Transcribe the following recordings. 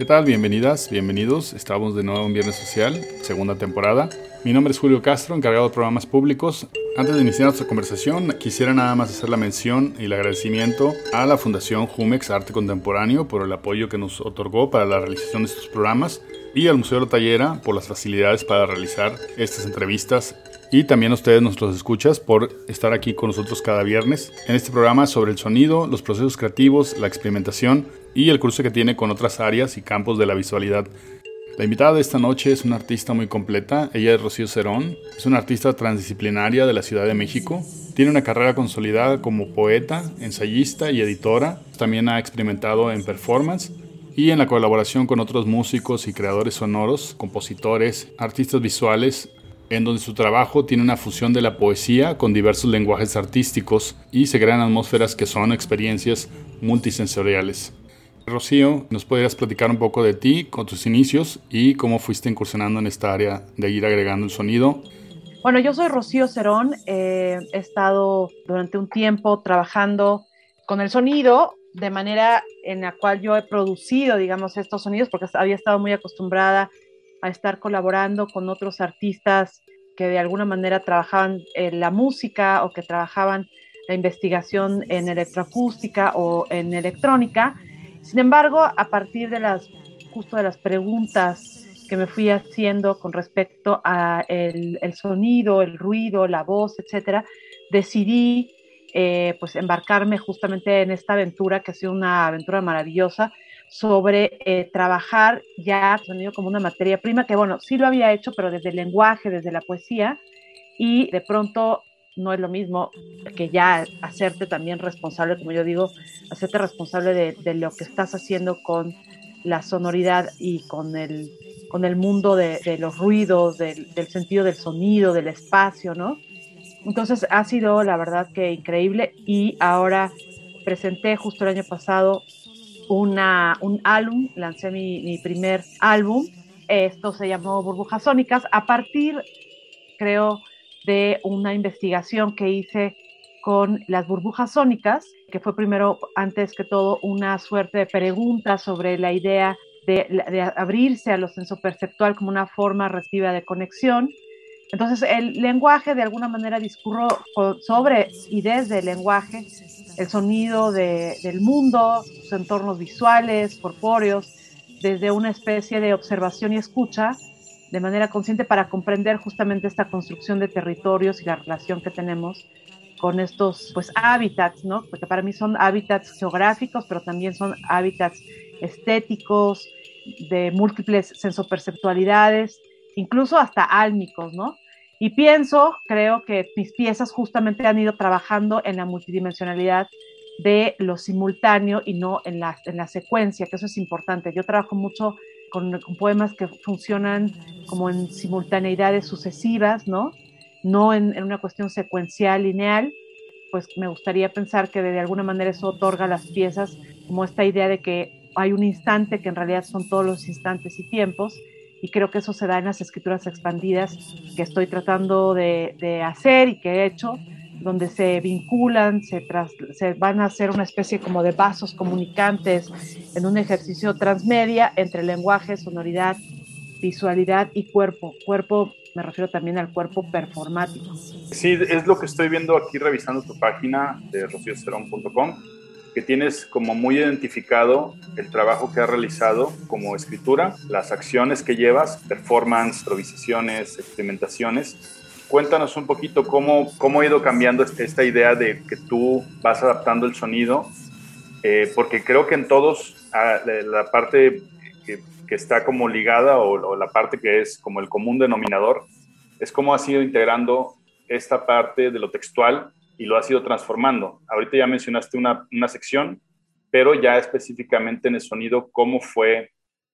tal? Bienvenidas, bienvenidos. Estamos de nuevo en Viernes Social, segunda temporada. Mi nombre es Julio Castro, encargado de programas públicos. Antes de iniciar nuestra conversación, quisiera nada más hacer la mención y el agradecimiento a la Fundación Jumex Arte Contemporáneo por el apoyo que nos otorgó para la realización de estos programas y al Museo de la Tallera por las facilidades para realizar estas entrevistas. Y también a ustedes, nuestros escuchas, por estar aquí con nosotros cada viernes en este programa sobre el sonido, los procesos creativos, la experimentación y el cruce que tiene con otras áreas y campos de la visualidad. La invitada de esta noche es una artista muy completa. Ella es Rocío Cerón, es una artista transdisciplinaria de la Ciudad de México. Tiene una carrera consolidada como poeta, ensayista y editora. También ha experimentado en performance y en la colaboración con otros músicos y creadores sonoros, compositores, artistas visuales, en donde su trabajo tiene una fusión de la poesía con diversos lenguajes artísticos y se crean atmósferas que son experiencias multisensoriales. Rocío, ¿nos podrías platicar un poco de ti, con tus inicios y cómo fuiste incursionando en esta área de ir agregando el sonido? Bueno, yo soy Rocío Cerón, he estado durante un tiempo trabajando con el sonido de manera en la cual yo he producido, digamos, estos sonidos porque había estado muy acostumbrada a estar colaborando con otros artistas que de alguna manera trabajaban en la música o que trabajaban la investigación en electroacústica o en electrónica. Sin embargo, a partir de justo de las preguntas que me fui haciendo con respecto a el sonido, el ruido, la voz, etcétera, decidí pues embarcarme justamente en esta aventura que ha sido una aventura maravillosa sobre trabajar ya sonido como una materia prima, que bueno, sí lo había hecho, pero desde el lenguaje, desde la poesía, y de pronto no es lo mismo que ya hacerte también responsable, como yo digo, hacerte responsable de lo que estás haciendo con la sonoridad y con el mundo de los ruidos, del sentido del sonido, del espacio, ¿no? Entonces ha sido la verdad que increíble y ahora presenté justo el año pasado un álbum, lancé mi primer álbum, esto se llamó Burbujas Sónicas, a partir, creo, de una investigación que hice con las burbujas sónicas, que fue primero, antes que todo, una suerte de pregunta sobre la idea de abrirse a lo sensoperceptual como una forma reactiva de conexión. Entonces, el lenguaje de alguna manera discurro sobre y desde el lenguaje, el sonido del mundo, sus entornos visuales, corpóreos, desde una especie de observación y escucha de manera consciente para comprender justamente esta construcción de territorios y la relación que tenemos con estos pues hábitats, ¿no? Porque para mí son hábitats geográficos, pero también son hábitats estéticos, de múltiples sensoperceptualidades, incluso hasta álmicos, ¿no? Y pienso, creo que mis piezas justamente han ido trabajando en la multidimensionalidad de lo simultáneo y no en la secuencia, que eso es importante. Yo trabajo mucho con poemas que funcionan como en simultaneidades sucesivas, ¿no? No en una cuestión secuencial, lineal, pues me gustaría pensar que de alguna manera eso otorga a las piezas como esta idea de que hay un instante que en realidad son todos los instantes y tiempos, y creo que eso se da en las escrituras expandidas que estoy tratando de hacer y que he hecho, donde se vinculan, se van a hacer una especie como de vasos comunicantes en un ejercicio transmedia entre lenguaje, sonoridad, visualidad y cuerpo. Cuerpo, me refiero también al cuerpo performático. Sí, es lo que estoy viendo aquí revisando tu página de rocioceron.com, que tienes como muy identificado el trabajo que has realizado como escritura, las acciones que llevas, performance, improvisaciones, experimentaciones. Cuéntanos un poquito cómo ha ido cambiando esta idea de que tú vas adaptando el sonido, porque creo que en todos la parte que está como ligada o la parte que es como el común denominador es cómo has ido integrando esta parte de lo textual y lo has ido transformando. Ahorita ya mencionaste una sección, pero ya específicamente en el sonido, ¿cómo fue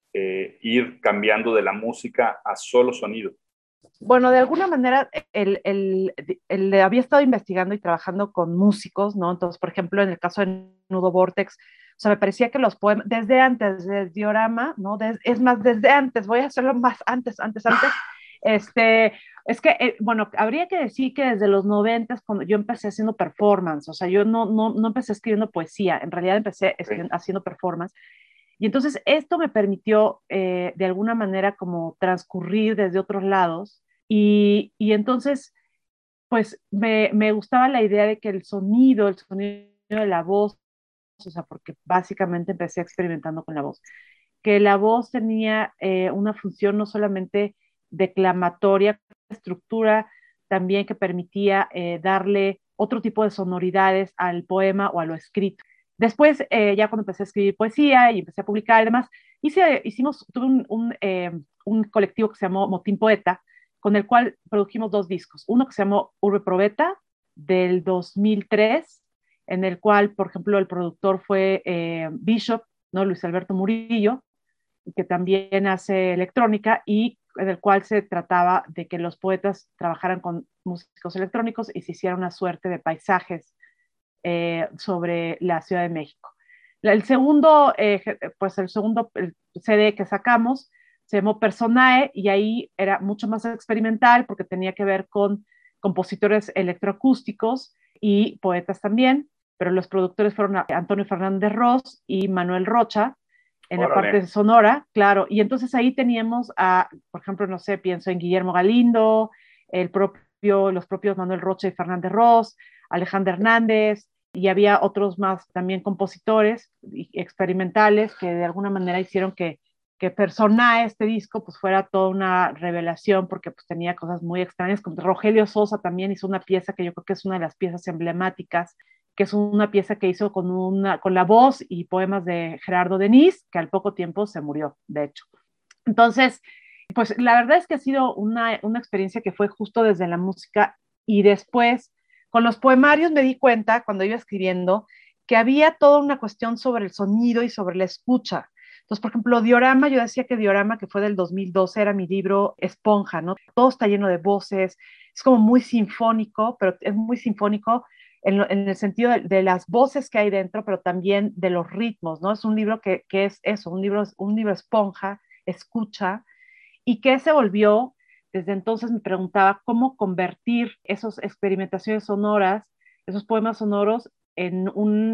ir cambiando de la música a solo sonido? Bueno, de alguna manera, había estado investigando y trabajando con músicos, ¿no? Entonces, por ejemplo, en el caso de Nudo Vortex, o sea, me parecía que los poemas, desde antes, desde Diorama, ¿no? Es más, desde antes, voy a hacerlo más antes, este, es que, bueno, habría que decir que desde los noventas, cuando yo empecé haciendo performance, o sea, yo no empecé escribiendo poesía, en realidad empecé Okay. haciendo performance, Y entonces esto me permitió de alguna manera como transcurrir desde otros lados y entonces pues me gustaba la idea de que el sonido de la voz, o sea, porque básicamente empecé experimentando con la voz, que la voz tenía una función no solamente declamatoria, estructura también que permitía darle otro tipo de sonoridades al poema o a lo escrito. Después, ya cuando empecé a escribir poesía y empecé a publicar y demás, tuve un colectivo que se llamó Motín Poeta, con el cual produjimos dos discos. Uno que se llamó Urbe Probeta, del 2003, en el cual, por ejemplo, el productor fue Bishop, ¿no? Luis Alberto Murillo, que también hace electrónica y en el cual se trataba de que los poetas trabajaran con músicos electrónicos y se hiciera una suerte de paisajes sobre la Ciudad de México. El segundo CD que sacamos se llamó Personae y ahí era mucho más experimental porque tenía que ver con compositores electroacústicos y poetas también, pero los productores fueron Antonio Fernández Ross y Manuel Rocha en la parte Órale. sonora, claro, y entonces ahí teníamos por ejemplo, no sé, pienso en Guillermo Galindo, los propios Manuel Rocha y Fernández Ross, Alejandro Hernández, y había otros más también compositores experimentales que de alguna manera hicieron que Persona, este disco, pues fuera toda una revelación porque pues tenía cosas muy extrañas, como Rogelio Sosa también hizo una pieza que yo creo que es una de las piezas emblemáticas, que es una pieza que hizo con la voz y poemas de Gerardo Denis, que al poco tiempo se murió, de hecho. Entonces, pues la verdad es que ha sido una experiencia que fue justo desde la música y después con los poemarios me di cuenta cuando iba escribiendo que había toda una cuestión sobre el sonido y sobre la escucha. Entonces, por ejemplo, Diorama, yo decía que Diorama, que fue del 2012, era mi libro esponja, ¿no? Todo está lleno de voces, es como muy sinfónico, pero es muy sinfónico en el sentido de las voces que hay dentro, pero también de los ritmos, ¿no? Es un libro que es eso, un libro esponja, escucha, y que se volvió, desde entonces me preguntaba cómo convertir esas experimentaciones sonoras, esos poemas sonoros, en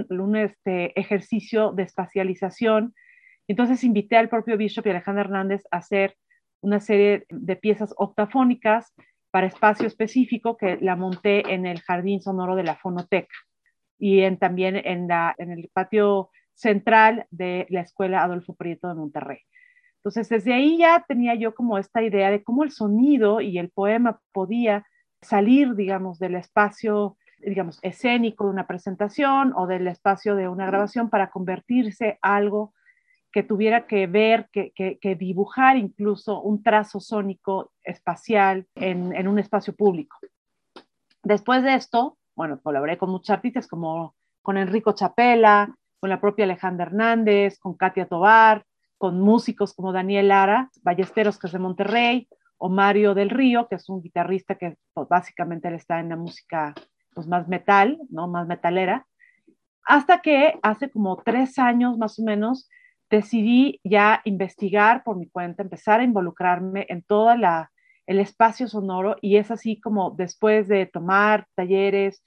un ejercicio de espacialización. Entonces invité al propio Bishop y Alejandro Hernández a hacer una serie de piezas octafónicas para espacio específico que la monté en el jardín sonoro de la Fonoteca y también en el patio central de la Escuela Adolfo Prieto de Monterrey. Entonces, desde ahí ya tenía yo como esta idea de cómo el sonido y el poema podía salir, digamos, del espacio, digamos, escénico de una presentación o del espacio de una grabación para convertirse algo que tuviera que ver, que dibujar incluso un trazo sónico espacial en un espacio público. Después de esto, bueno, colaboré con muchos artistas como con Enrico Chapela, con la propia Alejandra Hernández, con Katia Tobar, con músicos como Daniel Lara, Ballesteros, que es de Monterrey, o Mario del Río, que es un guitarrista que pues, básicamente él está en la música pues, más metal, ¿no? Más metalera. Hasta que hace como 3 años más o menos decidí ya investigar por mi cuenta, empezar a involucrarme en el espacio sonoro y es así como después de tomar talleres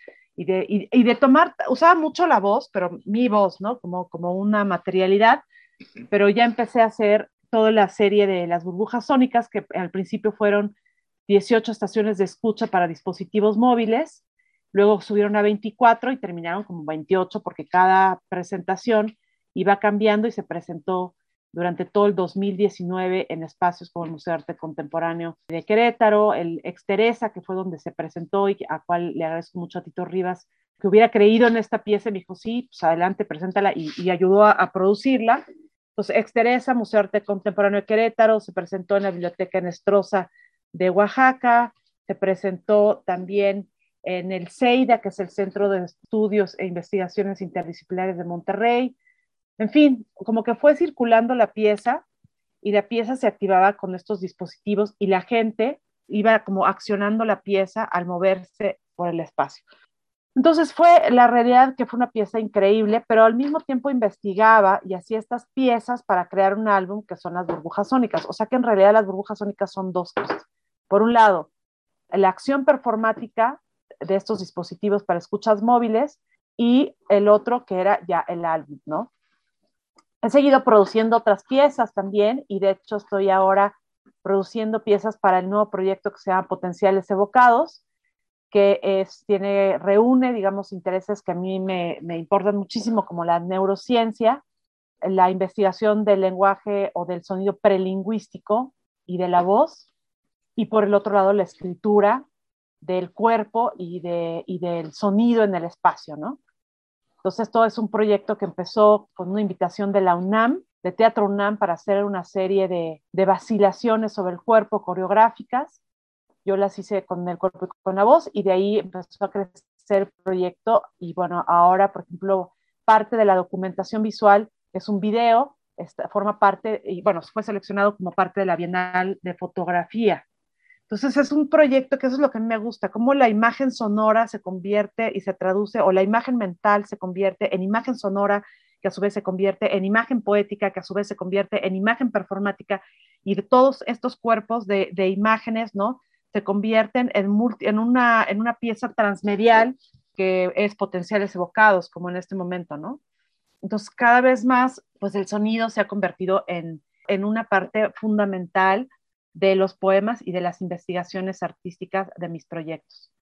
y de tomar, usaba mucho la voz, pero mi voz, ¿no? Como una materialidad, pero ya empecé a hacer toda la serie de las burbujas sónicas que al principio fueron 18 estaciones de escucha para dispositivos móviles, luego subieron a 24 y terminaron como 28 porque cada presentación iba cambiando y se presentó durante todo el 2019 en espacios como el Museo de Arte Contemporáneo de Querétaro, el Exteresa, que fue donde se presentó y a cual le agradezco mucho a Tito Rivas, que hubiera creído en esta pieza y me dijo, sí, pues adelante, preséntala y ayudó a producirla. Entonces, Exteresa, Museo de Arte Contemporáneo de Querétaro, se presentó en la Biblioteca Nestrosa de Oaxaca, se presentó también en el CEIDA, que es el Centro de Estudios e Investigaciones Interdisciplinares de Monterrey. En fin, como que fue circulando la pieza y la pieza se activaba con estos dispositivos y la gente iba como accionando la pieza al moverse por el espacio. Entonces fue la realidad que fue una pieza increíble, pero al mismo tiempo investigaba y hacía estas piezas para crear un álbum que son las burbujas sónicas. O sea que en realidad las burbujas sónicas son dos cosas. Por un lado, la acción performática de estos dispositivos para escuchas móviles y el otro que era ya el álbum, ¿no? He seguido produciendo otras piezas también y de hecho estoy ahora produciendo piezas para el nuevo proyecto que se llama Potenciales Evocados, que reúne, digamos, intereses que a mí me importan muchísimo, como la neurociencia, la investigación del lenguaje o del sonido prelingüístico y de la voz, y por el otro lado la escritura del cuerpo y del sonido en el espacio, ¿no? Entonces, esto es un proyecto que empezó con una invitación de la UNAM, de Teatro UNAM, para hacer una serie de vacilaciones sobre el cuerpo coreográficas. Yo las hice con el cuerpo y con la voz, y de ahí empezó a crecer el proyecto. Y bueno, ahora, por ejemplo, parte de la documentación visual es un video, forma parte, y bueno, fue seleccionado como parte de la Bienal de Fotografía. Entonces es un proyecto que eso es lo que a mí me gusta, cómo la imagen sonora se convierte y se traduce, o la imagen mental se convierte en imagen sonora, que a su vez se convierte en imagen poética, que a su vez se convierte en imagen performática, y de todos estos cuerpos de imágenes, ¿no? Se convierten en una pieza transmedial que es Potenciales Evocados, como en este momento, ¿no? Entonces, cada vez más, pues el sonido se ha convertido en una parte fundamental de los poemas y de las investigaciones artísticas de mis proyectos.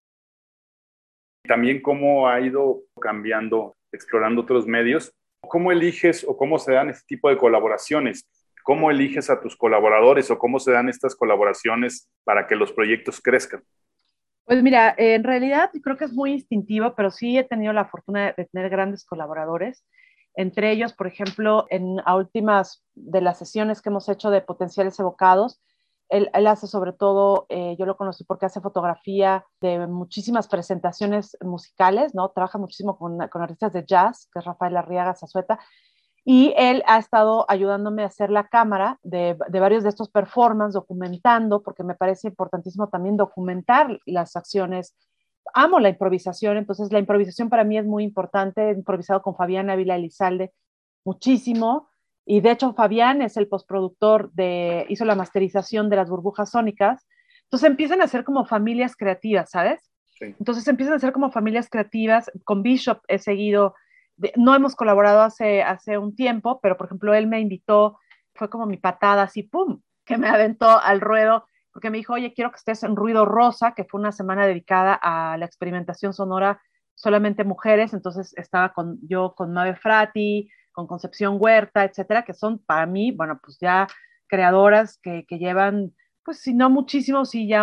También cómo ha ido cambiando, explorando otros medios. ¿Cómo eliges o cómo se dan este tipo de colaboraciones? ¿Cómo eliges a tus colaboradores o cómo se dan estas colaboraciones para que los proyectos crezcan? Pues mira, en realidad creo que es muy instintivo, pero sí he tenido la fortuna de tener grandes colaboradores. Entre ellos, por ejemplo, a últimas de las sesiones que hemos hecho de Potenciales Evocados, él hace sobre todo, yo lo conocí porque hace fotografía de muchísimas presentaciones musicales, ¿no? Trabaja muchísimo con artistas de jazz, que es Rafael Arriaga Zazueta, y él ha estado ayudándome a hacer la cámara de varios de estos performances, documentando, porque me parece importantísimo también documentar las acciones. Amo la improvisación, entonces la improvisación para mí es muy importante. He improvisado con Fabián Ávila Elizalde muchísimo, y de hecho Fabián es el postproductor hizo la masterización de Las Burbujas Sónicas. Entonces empiezan a ser como familias creativas, ¿sabes? Sí. Entonces empiezan a ser como familias creativas. Con Bishop he seguido, no hemos colaborado hace un tiempo, pero por ejemplo él me invitó, fue como mi patada así, ¡pum!, que me aventó al ruedo, porque me dijo, oye, quiero que estés en Ruido Rosa, que fue una semana dedicada a la experimentación sonora, solamente mujeres. Entonces estaba yo con Mabe Frati, con Concepción Huerta, etcétera, que son para mí, bueno, pues ya creadoras que llevan, pues si no muchísimo, sí ya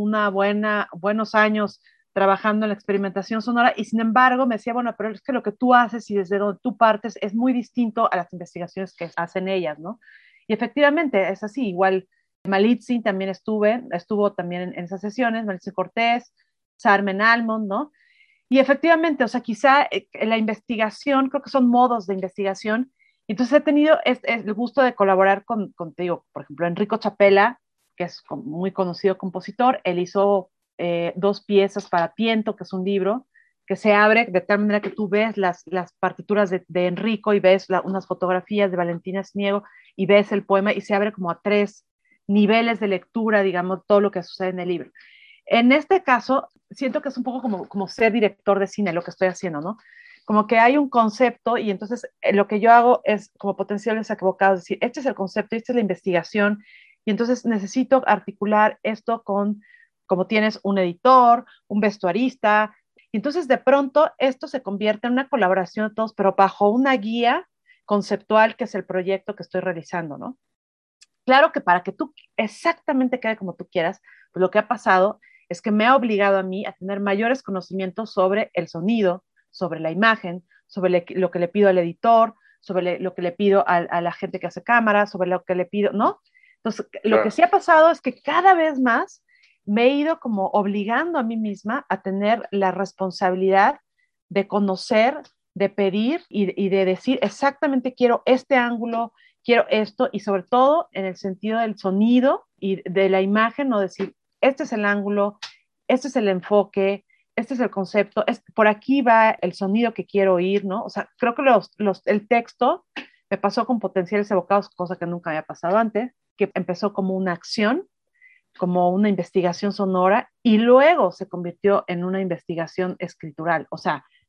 buenos años trabajando en la experimentación sonora. Y sin embargo me decía, bueno, pero es que lo que tú haces y desde donde tú partes es muy distinto a las investigaciones que hacen ellas, ¿no? Y efectivamente es así. Igual Malitzi también estuvo también en esas sesiones, Malitzi Cortés, Sarmen Almond, ¿no? Y efectivamente, o sea, quizá la investigación, creo que son modos de investigación. Entonces he tenido el gusto de colaborar te digo, por ejemplo, Enrico Chapela, que es muy conocido compositor. Él hizo dos piezas para Tiento, que es un libro que se abre de tal manera que tú ves las partituras de Enrico y ves unas fotografías de Valentina Sniego y ves el poema, y se abre como a tres niveles de lectura, digamos, todo lo que sucede en el libro. En este caso, siento que es un poco como ser director de cine lo que estoy haciendo, ¿no? Como que hay un concepto, y entonces lo que yo hago es como Potenciales Equivocados, es decir, este es el concepto, esta es la investigación, y entonces necesito articular esto como tienes un editor, un vestuarista, y entonces de pronto esto se convierte en una colaboración de todos, pero bajo una guía conceptual que es el proyecto que estoy realizando, ¿no? Claro que para que tú exactamente quede como tú quieras, pues lo que ha pasado es que me ha obligado a mí a tener mayores conocimientos sobre el sonido, sobre la imagen, sobre lo que le pido al editor, sobre lo que le pido a la gente que hace cámara, sobre lo que le pido, ¿no? Entonces, lo que sí ha pasado es que cada vez más me he ido como obligando a mí misma a tener la responsabilidad de conocer, de pedir y de decir exactamente quiero este ángulo, quiero esto, y sobre todo en el sentido del sonido y de la imagen, no decir, este es el ángulo, este es el enfoque, este es el concepto, por aquí va el sonido que quiero oír, ¿no? O sea, creo que el texto me pasó con Potenciales Evocados, cosa que nunca había pasado antes, que empezó como una acción, como una investigación sonora, y luego se convirtió en una investigación escritural. O sea,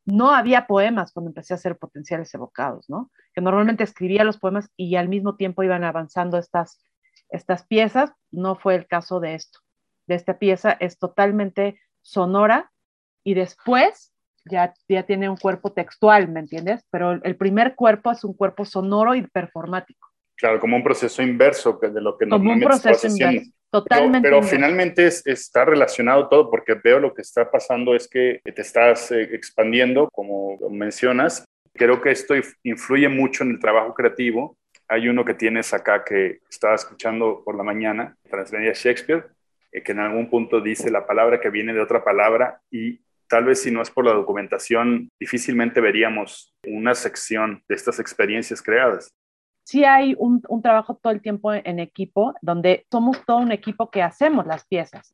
no había poemas cuando empecé a hacer Potenciales Evocados, ¿no? Que normalmente escribía los poemas y al mismo tiempo iban avanzando estas piezas. No fue el caso de esto. De esta pieza es totalmente sonora y después ya tiene un cuerpo textual, ¿me entiendes? Pero el primer cuerpo es un cuerpo sonoro y performático. Claro, como un proceso inverso de lo que Como un normalmente estabas proceso haciendo. inverso, totalmente Pero inverso. finalmente está relacionado todo, porque veo lo que está pasando es que te estás expandiendo, como mencionas. Creo que esto influye mucho en el trabajo creativo. Hay uno que tienes acá que estaba escuchando por la mañana, Transmedia Shakespeare, que en algún punto dice la palabra que viene de otra palabra y tal vez si no es por la documentación, difícilmente veríamos una sección de estas experiencias creadas. Sí hay un trabajo todo el tiempo en equipo, donde somos todo un equipo que hacemos las piezas.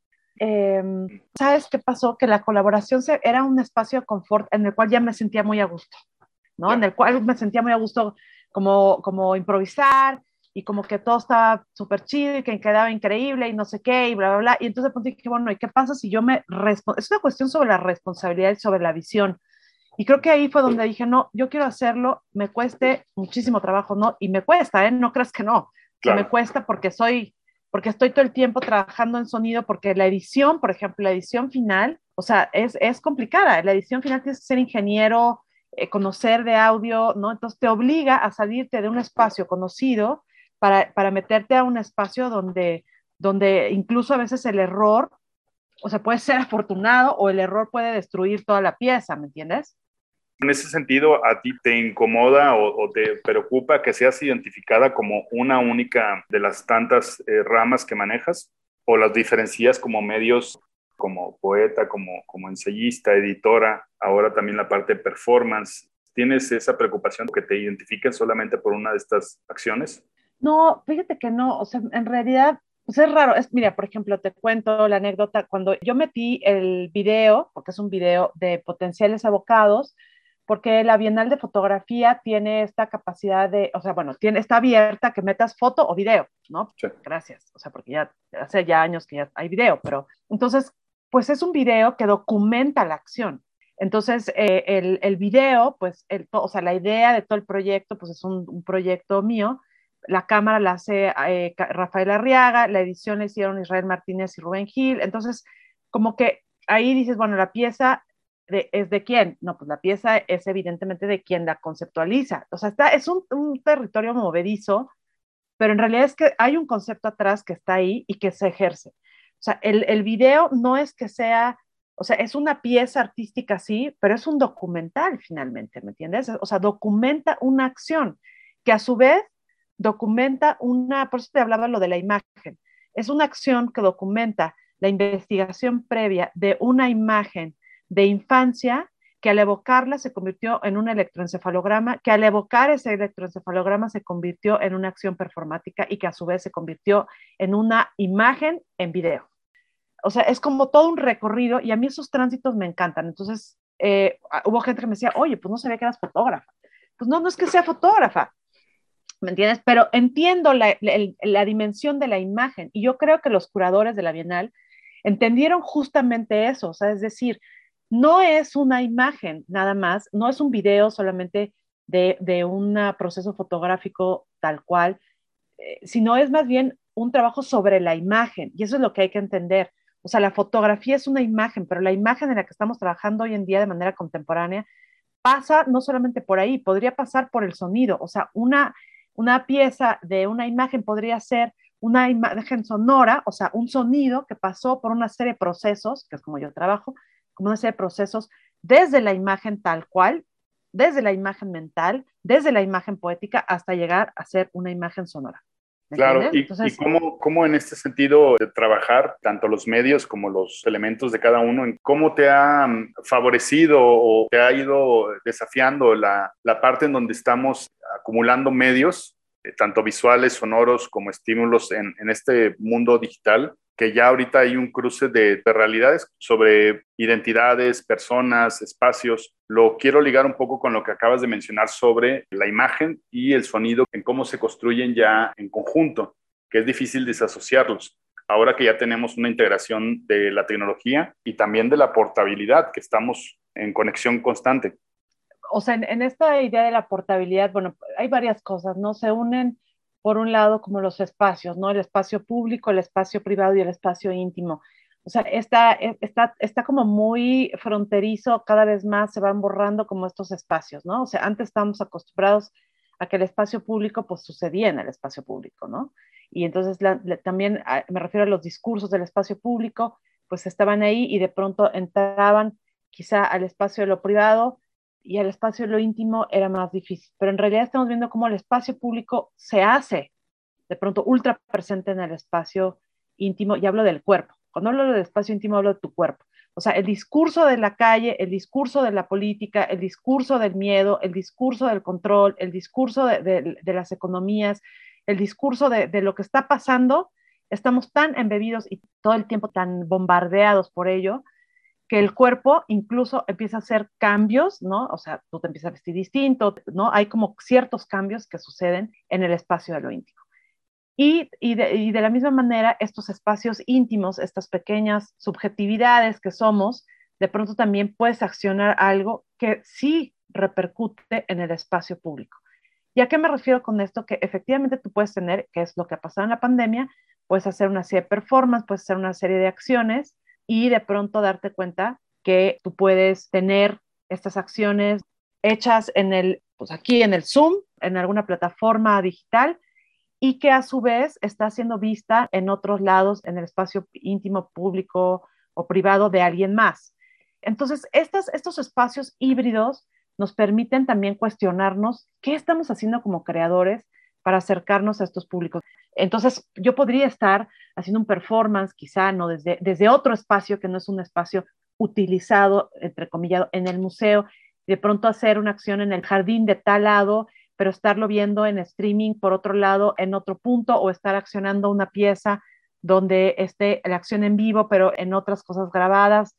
Eh, ¿Sabes qué pasó? Que la colaboración era un espacio de confort en el cual ya me sentía muy a gusto, ¿no? Ya. En el cual me sentía muy a gusto como improvisar y como que todo estaba súper chido y que quedaba increíble y no sé qué y bla, bla, bla. Y entonces dije, bueno, ¿y qué pasa si yo es una cuestión sobre la responsabilidad y sobre la visión. Y creo que ahí fue donde dije, no, yo quiero hacerlo, me cueste muchísimo trabajo, ¿no? Y me cuesta, ¿eh? No creas que no. O sea, me Claro. cuesta porque estoy todo el tiempo trabajando en sonido, porque la edición, por ejemplo, la edición final, o sea, es complicada. La edición final tienes que ser ingeniero, conocer de audio, ¿no? Entonces te obliga a salirte de un espacio conocido para meterte a un espacio donde incluso a veces el error, o sea, puede ser afortunado o el error puede destruir toda la pieza, ¿me entiendes? En ese sentido, ¿a ti te incomoda o te preocupa que seas identificada como una única de las tantas ramas que manejas? ¿O las diferencias como medios, como poeta, como ensayista, editora, ahora también la parte de performance? ¿Tienes esa preocupación que te identifiquen solamente por una de estas acciones? No, fíjate que no, o sea, en realidad, pues es raro. Mira, por ejemplo, te cuento la anécdota, cuando yo metí el video, porque es un video de Potenciales Abocados, porque la Bienal de Fotografía tiene esta capacidad de, o sea, bueno, está abierta que metas foto o video, ¿no? Sí. Gracias, o sea, porque ya hace ya años que ya hay video, pero entonces, pues es un video que documenta la acción. Entonces, el video, pues, o sea, la idea de todo el proyecto, pues es un proyecto mío. La cámara la hace Rafael Arriaga, la edición la hicieron Israel Martínez y Rubén Gil. Entonces, como que ahí dices, bueno, la pieza ¿es de quién? No, pues la pieza es evidentemente de quien la conceptualiza. O sea, es un territorio movedizo, pero en realidad es que hay un concepto atrás que está ahí y que se ejerce. O sea, el video no es que sea, o sea, es una pieza artística, sí, pero es un documental finalmente, ¿me entiendes? O sea, documenta una acción que a su vez documenta por eso te hablaba lo de la imagen, es una acción que documenta la investigación previa de una imagen de infancia que al evocarla se convirtió en un electroencefalograma, que al evocar ese electroencefalograma se convirtió en una acción performática y que a su vez se convirtió en una imagen en video. O sea, es como todo un recorrido y a mí esos tránsitos me encantan. Entonces, hubo gente que me decía, oye, pues no sabía que eras fotógrafa. Pues no, no es que sea fotógrafa, ¿me entiendes? Pero entiendo la dimensión de la imagen y yo creo que los curadores de la Bienal entendieron justamente eso, o sea, es decir, no es una imagen nada más, no es un video solamente de un proceso fotográfico tal cual, sino es más bien un trabajo sobre la imagen y eso es lo que hay que entender. O sea, la fotografía es una imagen, pero la imagen en la que estamos trabajando hoy en día de manera contemporánea pasa no solamente por ahí, podría pasar por el sonido, o sea, una pieza de una imagen podría ser una imagen sonora, o sea, un sonido que pasó por una serie de procesos, que es como yo trabajo, como una serie de procesos desde la imagen tal cual, desde la imagen mental, desde la imagen poética, hasta llegar a ser una imagen sonora. ¿Me Claro, entiendes? y Entonces, cómo en este sentido de trabajar tanto los medios como los elementos de cada uno, en cómo te ha favorecido o te ha ido desafiando la parte en donde estamos acumulando medios, tanto visuales, sonoros como estímulos en este mundo digital, que ya ahorita hay un cruce de realidades sobre identidades, personas, espacios. Lo quiero ligar un poco con lo que acabas de mencionar sobre la imagen y el sonido, en cómo se construyen ya en conjunto, que es difícil desasociarlos. ahora que ya tenemos una integración de la tecnología y también de la portabilidad, que estamos en conexión constante. O sea, en esta idea de la portabilidad, bueno, hay varias cosas, ¿no? Se unen, por un lado, como los espacios, ¿no? El espacio público, el espacio privado y el espacio íntimo. O sea, está como muy fronterizo, cada vez más se van borrando como estos espacios, ¿no? O sea, antes estábamos acostumbrados a que el espacio público, pues sucedía en el espacio público, ¿no? Y entonces también me refiero a los discursos del espacio público, pues estaban ahí y de pronto entraban quizá al espacio de lo privado y el espacio de lo íntimo era más difícil. Pero en realidad estamos viendo cómo el espacio público se hace de pronto ultra presente en el espacio íntimo, y hablo del cuerpo. Cuando hablo del espacio íntimo, hablo de tu cuerpo. O sea, el discurso de la calle, el discurso de la política, el discurso del miedo, el discurso del control, el discurso de las economías, el discurso de lo que está pasando, estamos tan embebidos y todo el tiempo tan bombardeados por ello, que el cuerpo incluso empieza a hacer cambios, ¿no? O sea, tú te empiezas a vestir distinto, ¿no? Hay como ciertos cambios que suceden en el espacio de lo íntimo. Y de la misma manera, estos espacios íntimos, estas pequeñas subjetividades que somos, de pronto también puedes accionar algo que sí repercute en el espacio público. ¿Y a qué me refiero con esto? Que efectivamente tú puedes tener, que es lo que ha pasado en la pandemia, puedes hacer una serie de performances, puedes hacer una serie de acciones y de pronto darte cuenta que tú puedes tener estas acciones hechas pues aquí en el Zoom, en alguna plataforma digital, y que a su vez está siendo vista en otros lados, en el espacio íntimo, público o privado de alguien más. Entonces, estos espacios híbridos nos permiten también cuestionarnos qué estamos haciendo como creadores para acercarnos a estos públicos. Entonces, yo podría estar haciendo un performance, quizá no desde otro espacio que no es un espacio utilizado, entre comillas, en el museo, de pronto hacer una acción en el jardín de tal lado, pero estarlo viendo en streaming por otro lado, en otro punto, o estar accionando una pieza donde esté la acción en vivo, pero en otras cosas grabadas,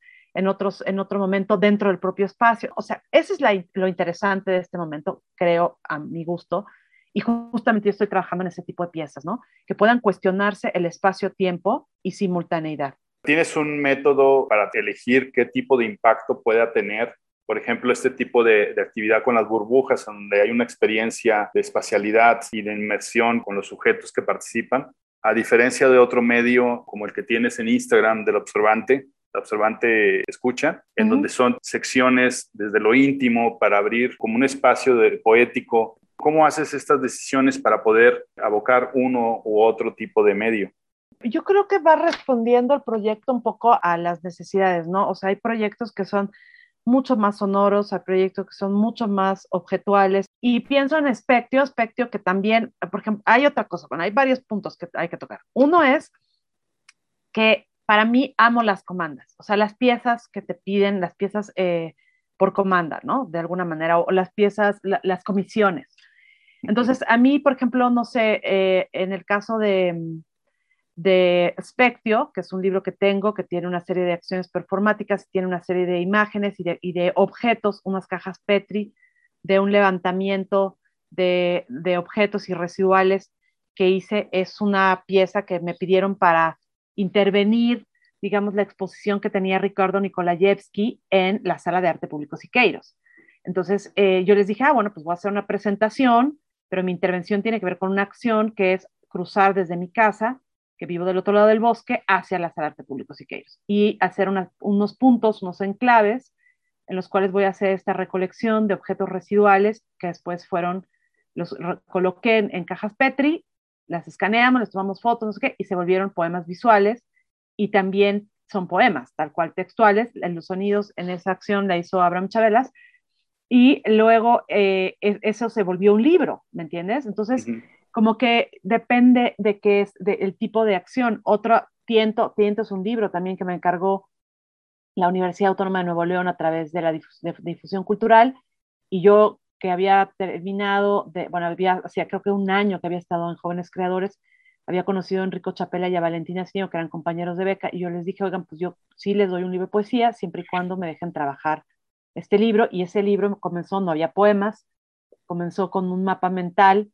en otro momento dentro del propio espacio. O sea, eso es lo interesante de este momento, creo, a mi gusto, y justamente yo estoy trabajando en ese tipo de piezas, ¿no? Que puedan cuestionarse el espacio-tiempo y simultaneidad. ¿Tienes un método para elegir qué tipo de impacto pueda tener, por ejemplo, este tipo de actividad con las burbujas, donde hay una experiencia de espacialidad y de inmersión con los sujetos que participan, a diferencia de otro medio como el que tienes en Instagram del Observante, el Observante Escucha, en donde son secciones desde lo íntimo para abrir como un espacio poético? ¿Cómo haces estas decisiones para poder abocar uno u otro tipo de medio? Yo creo que va respondiendo el proyecto un poco a las necesidades, ¿no? O sea, hay proyectos que son mucho más sonoros, hay proyectos que son mucho más objetuales. Y pienso en Spectio que también, por ejemplo, hay otra cosa, bueno, hay varios puntos que hay que tocar. Uno es que para mí amo las comandas, o sea, las piezas que te piden, las piezas por comanda, ¿no? De alguna manera, o las piezas, las comisiones. Entonces, a mí, por ejemplo, no sé, en el caso de Spectio, que es un libro que tengo, que tiene una serie de acciones performáticas, tiene una serie de imágenes y de objetos, unas cajas Petri, de un levantamiento de objetos y residuales que hice. Es una pieza que me pidieron para intervenir, digamos, la exposición que tenía Ricardo Nikolayevsky en la Sala de Arte Público Siqueiros. Entonces, yo les dije, bueno, pues voy a hacer una presentación, pero mi intervención tiene que ver con una acción que es cruzar desde mi casa, que vivo del otro lado del bosque, hacia la Sala de Arte Público Siqueiros, y hacer unos puntos, unos enclaves, en los cuales voy a hacer esta recolección de objetos residuales que después los coloqué en cajas Petri, las escaneamos, les tomamos fotos, no sé qué, y se volvieron poemas visuales, y también son poemas, tal cual textuales. Los sonidos en esa acción la hizo Abraham Chabelas, y luego eso se volvió un libro, ¿me entiendes? Entonces, como que depende de qué es el tipo de acción. Otro, Tiento es un libro también que me encargó la Universidad Autónoma de Nuevo León a través de la difusión cultural, y yo que había terminado, bueno, hacía creo que un año que había estado en Jóvenes Creadores, había conocido a Enrico Chapela y a Valentina Sinio, que eran compañeros de beca, y yo les dije, oigan, pues yo sí les doy un libro de poesía, siempre y cuando me dejen trabajar este libro. Y ese libro comenzó, no había poemas, comenzó con un mapa mental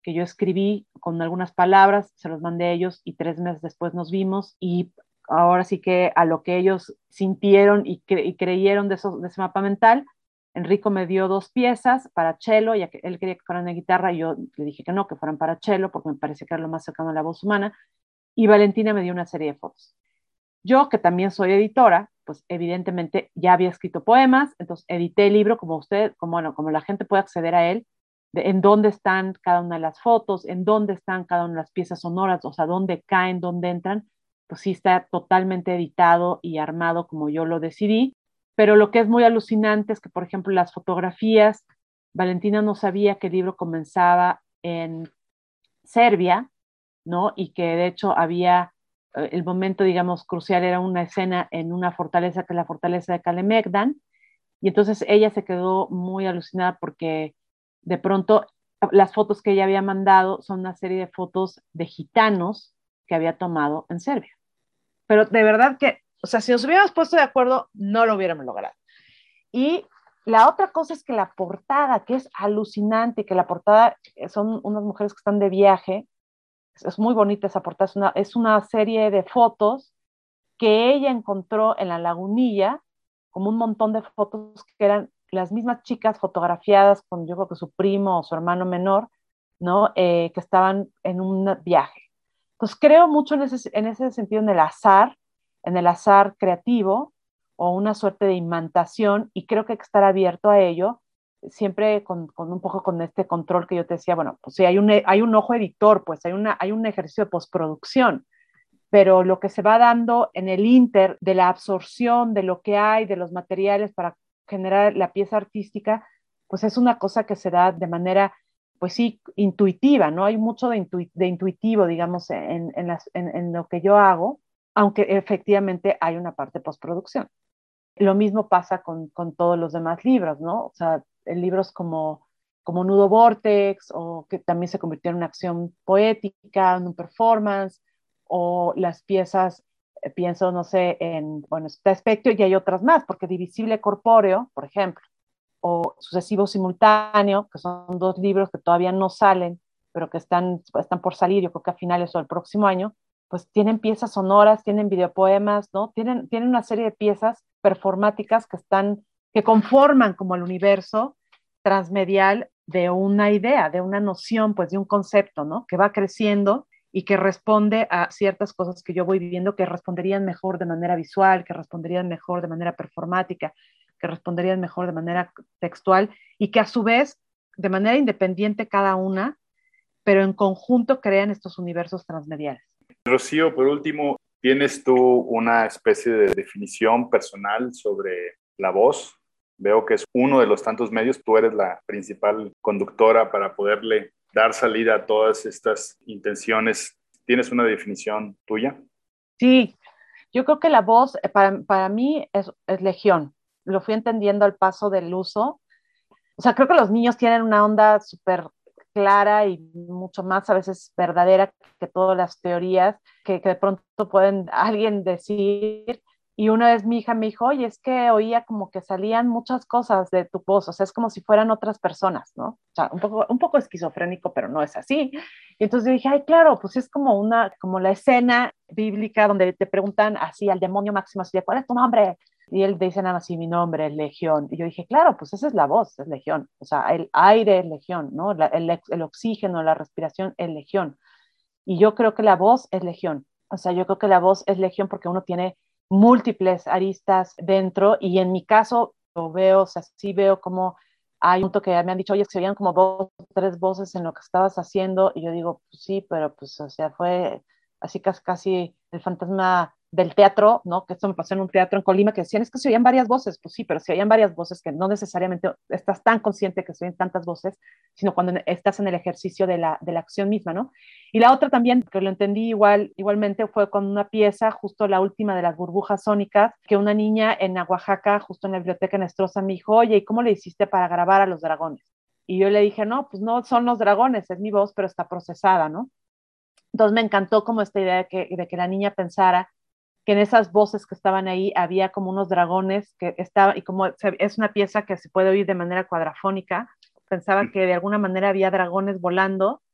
que yo escribí con algunas palabras, se los mandé a ellos y 3 meses después nos vimos y ahora sí que a lo que ellos sintieron y creyeron de ese mapa mental, Enrico me dio 2 piezas para cello, ya que él quería que fueran de guitarra, y yo le dije que no, que fueran para cello, porque me parecía que era lo más cercano a la voz humana, y Valentina me dio una serie de fotos. Yo, que también soy editora, pues evidentemente ya había escrito poemas, entonces edité el libro como usted, como, bueno, como la gente puede acceder a él, en dónde están cada una de las fotos, en dónde están cada una de las piezas sonoras, o sea, dónde caen, dónde entran, pues sí está totalmente editado y armado como yo lo decidí. Pero lo que es muy alucinante es que, por ejemplo, las fotografías, Valentina no sabía que el libro comenzaba en Serbia, ¿no? Y que de hecho había el momento, digamos, crucial era una escena en una fortaleza que es la fortaleza de Kalemegdan, y entonces ella se quedó muy alucinada porque de pronto las fotos que ella había mandado son una serie de fotos de gitanos que había tomado en Serbia. Pero de verdad que, o sea, si nos hubiéramos puesto de acuerdo, no lo hubiéramos logrado. Y la otra cosa es que la portada, que es alucinante, que la portada son unas mujeres que están de viaje, es muy bonita esa portada, es una serie de fotos que ella encontró en la lagunilla, como un montón de fotos que eran las mismas chicas fotografiadas con yo creo que su primo o su hermano menor, ¿no? Que estaban en un viaje. Entonces creo mucho en ese sentido en el azar creativo o una suerte de imantación, y creo que hay que estar abierto a ello, siempre con un poco con este control que yo te decía, bueno, pues sí, hay un ojo editor, pues hay un ejercicio de postproducción, pero lo que se va dando en el inter de la absorción de lo que hay, de los materiales para generar la pieza artística, pues es una cosa que se da de manera, pues sí, intuitiva, ¿no? Hay mucho de intuitivo, digamos, en lo que yo hago, aunque efectivamente hay una parte de postproducción. Lo mismo pasa con todos los demás libros, ¿no? O sea, libros como Nudo Vortex, o que también se convirtió en una acción poética, en un performance, o las piezas, pienso, no sé, bueno, está Espectro y hay otras más, porque Divisible Corpóreo, por ejemplo, o Sucesivo Simultáneo, que son 2 libros que todavía no salen, pero que están por salir, yo creo que a finales o el próximo año, pues tienen piezas sonoras, tienen videopoemas, ¿no? Tienen una serie de piezas performáticas que conforman como el universo transmedial de una idea, de una noción, pues de un concepto, ¿no? Que va creciendo y que responde a ciertas cosas que yo voy viviendo, que responderían mejor de manera visual, que responderían mejor de manera performática, que responderían mejor de manera textual, y que a su vez, de manera independiente cada una, pero en conjunto crean estos universos transmediales. Rocío, por último, ¿tienes tú una especie de definición personal sobre la voz? Veo que es uno de los tantos medios, tú eres la principal conductora para poderle dar salida a todas estas intenciones. ¿Tienes una definición tuya? Sí, yo creo que la voz para mí es legión. Lo fui entendiendo al paso del uso. O sea, creo que los niños tienen una onda súper clara y mucho más a veces verdadera que todas las teorías que de pronto pueden alguien decir. Y una vez mi hija me dijo, oye, es que oía como que salían muchas cosas de tu voz, o sea, es como si fueran otras personas, ¿no? O sea, un poco esquizofrénico, pero no es así. Y entonces yo dije, ay, claro, pues es como la escena bíblica donde te preguntan así al demonio máximo, así de, ¿cuál es tu nombre? Y él dice nada más así, mi nombre es Legión. Y yo dije, claro, pues esa es la voz, es Legión. O sea, el aire es Legión, ¿no? El oxígeno, la respiración es Legión. Y yo creo que la voz es Legión. O sea, yo creo que la voz es Legión porque uno tiene múltiples aristas dentro, y en mi caso lo veo, o sea, sí veo como hay un punto que me han dicho, oye, es que se oían como 2 o 3 voces en lo que estabas haciendo, y yo digo, pues sí, pero pues, o sea, fue así casi el fantasma del teatro, ¿no? Que esto me pasó en un teatro en Colima, que decían, es que se oían varias voces, pues sí, pero se oían varias voces que no necesariamente estás tan consciente que se oyen tantas voces, sino cuando estás en el ejercicio de la acción misma, ¿no? Y la otra también, que lo entendí igualmente, fue con una pieza, justo la última de las burbujas sónicas, que una niña en Oaxaca, justo en la biblioteca Nestrosa, me dijo, oye, ¿y cómo le hiciste para grabar a los dragones? Y yo le dije, no, pues no son los dragones, es mi voz, pero está procesada, ¿no? Entonces me encantó como esta idea de que la niña pensara que en esas voces que estaban ahí había como unos dragones que estaban, y como es una pieza que se puede oír de manera cuadrafónica, pensaba que de alguna manera había dragones volando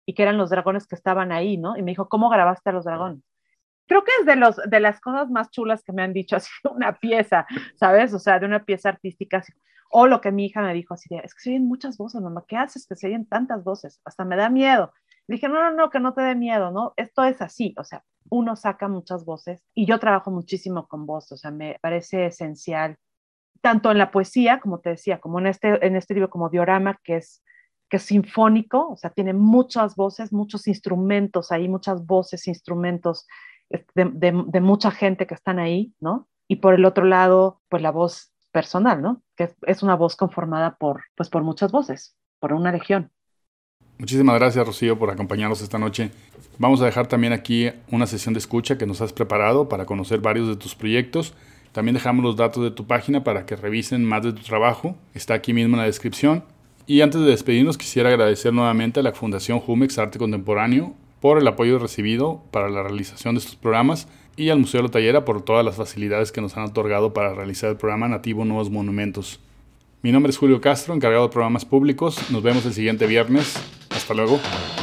y que eran los dragones que estaban ahí, ¿no? Y me dijo, ¿cómo grabaste a los dragones? Creo que es de las cosas más chulas que me han dicho, así de una pieza, ¿sabes? O sea, de una pieza artística, así, o lo que mi hija me dijo, así de, es que se oyen muchas voces, mamá, ¿qué haces que se oyen tantas voces? Hasta me da miedo. Le dije, no, no, no, que no te dé miedo, ¿no? Esto es así, o sea, uno saca muchas voces y yo trabajo muchísimo con voz, o sea, me parece esencial, tanto en la poesía, como te decía, como en este libro como Diorama, que es sinfónico, o sea, tiene muchas voces, muchos instrumentos ahí, muchas voces, instrumentos de mucha gente que están ahí, ¿no? Y por el otro lado, pues la voz personal, ¿no? Que es una voz conformada pues por muchas voces, por una legión. Muchísimas gracias, Rocío, por acompañarnos esta noche. Vamos a dejar también aquí una sesión de escucha que nos has preparado para conocer varios de tus proyectos. También dejamos los datos de tu página para que revisen más de tu trabajo. Está aquí mismo en la descripción. Y antes de despedirnos, quisiera agradecer nuevamente a la Fundación Jumex Arte Contemporáneo por el apoyo recibido para la realización de estos programas y al Museo de la Tallera por todas las facilidades que nos han otorgado para realizar el programa Nativo Nuevos Monumentos. Mi nombre es Julio Castro, encargado de programas públicos. Nos vemos el siguiente viernes. Hasta luego.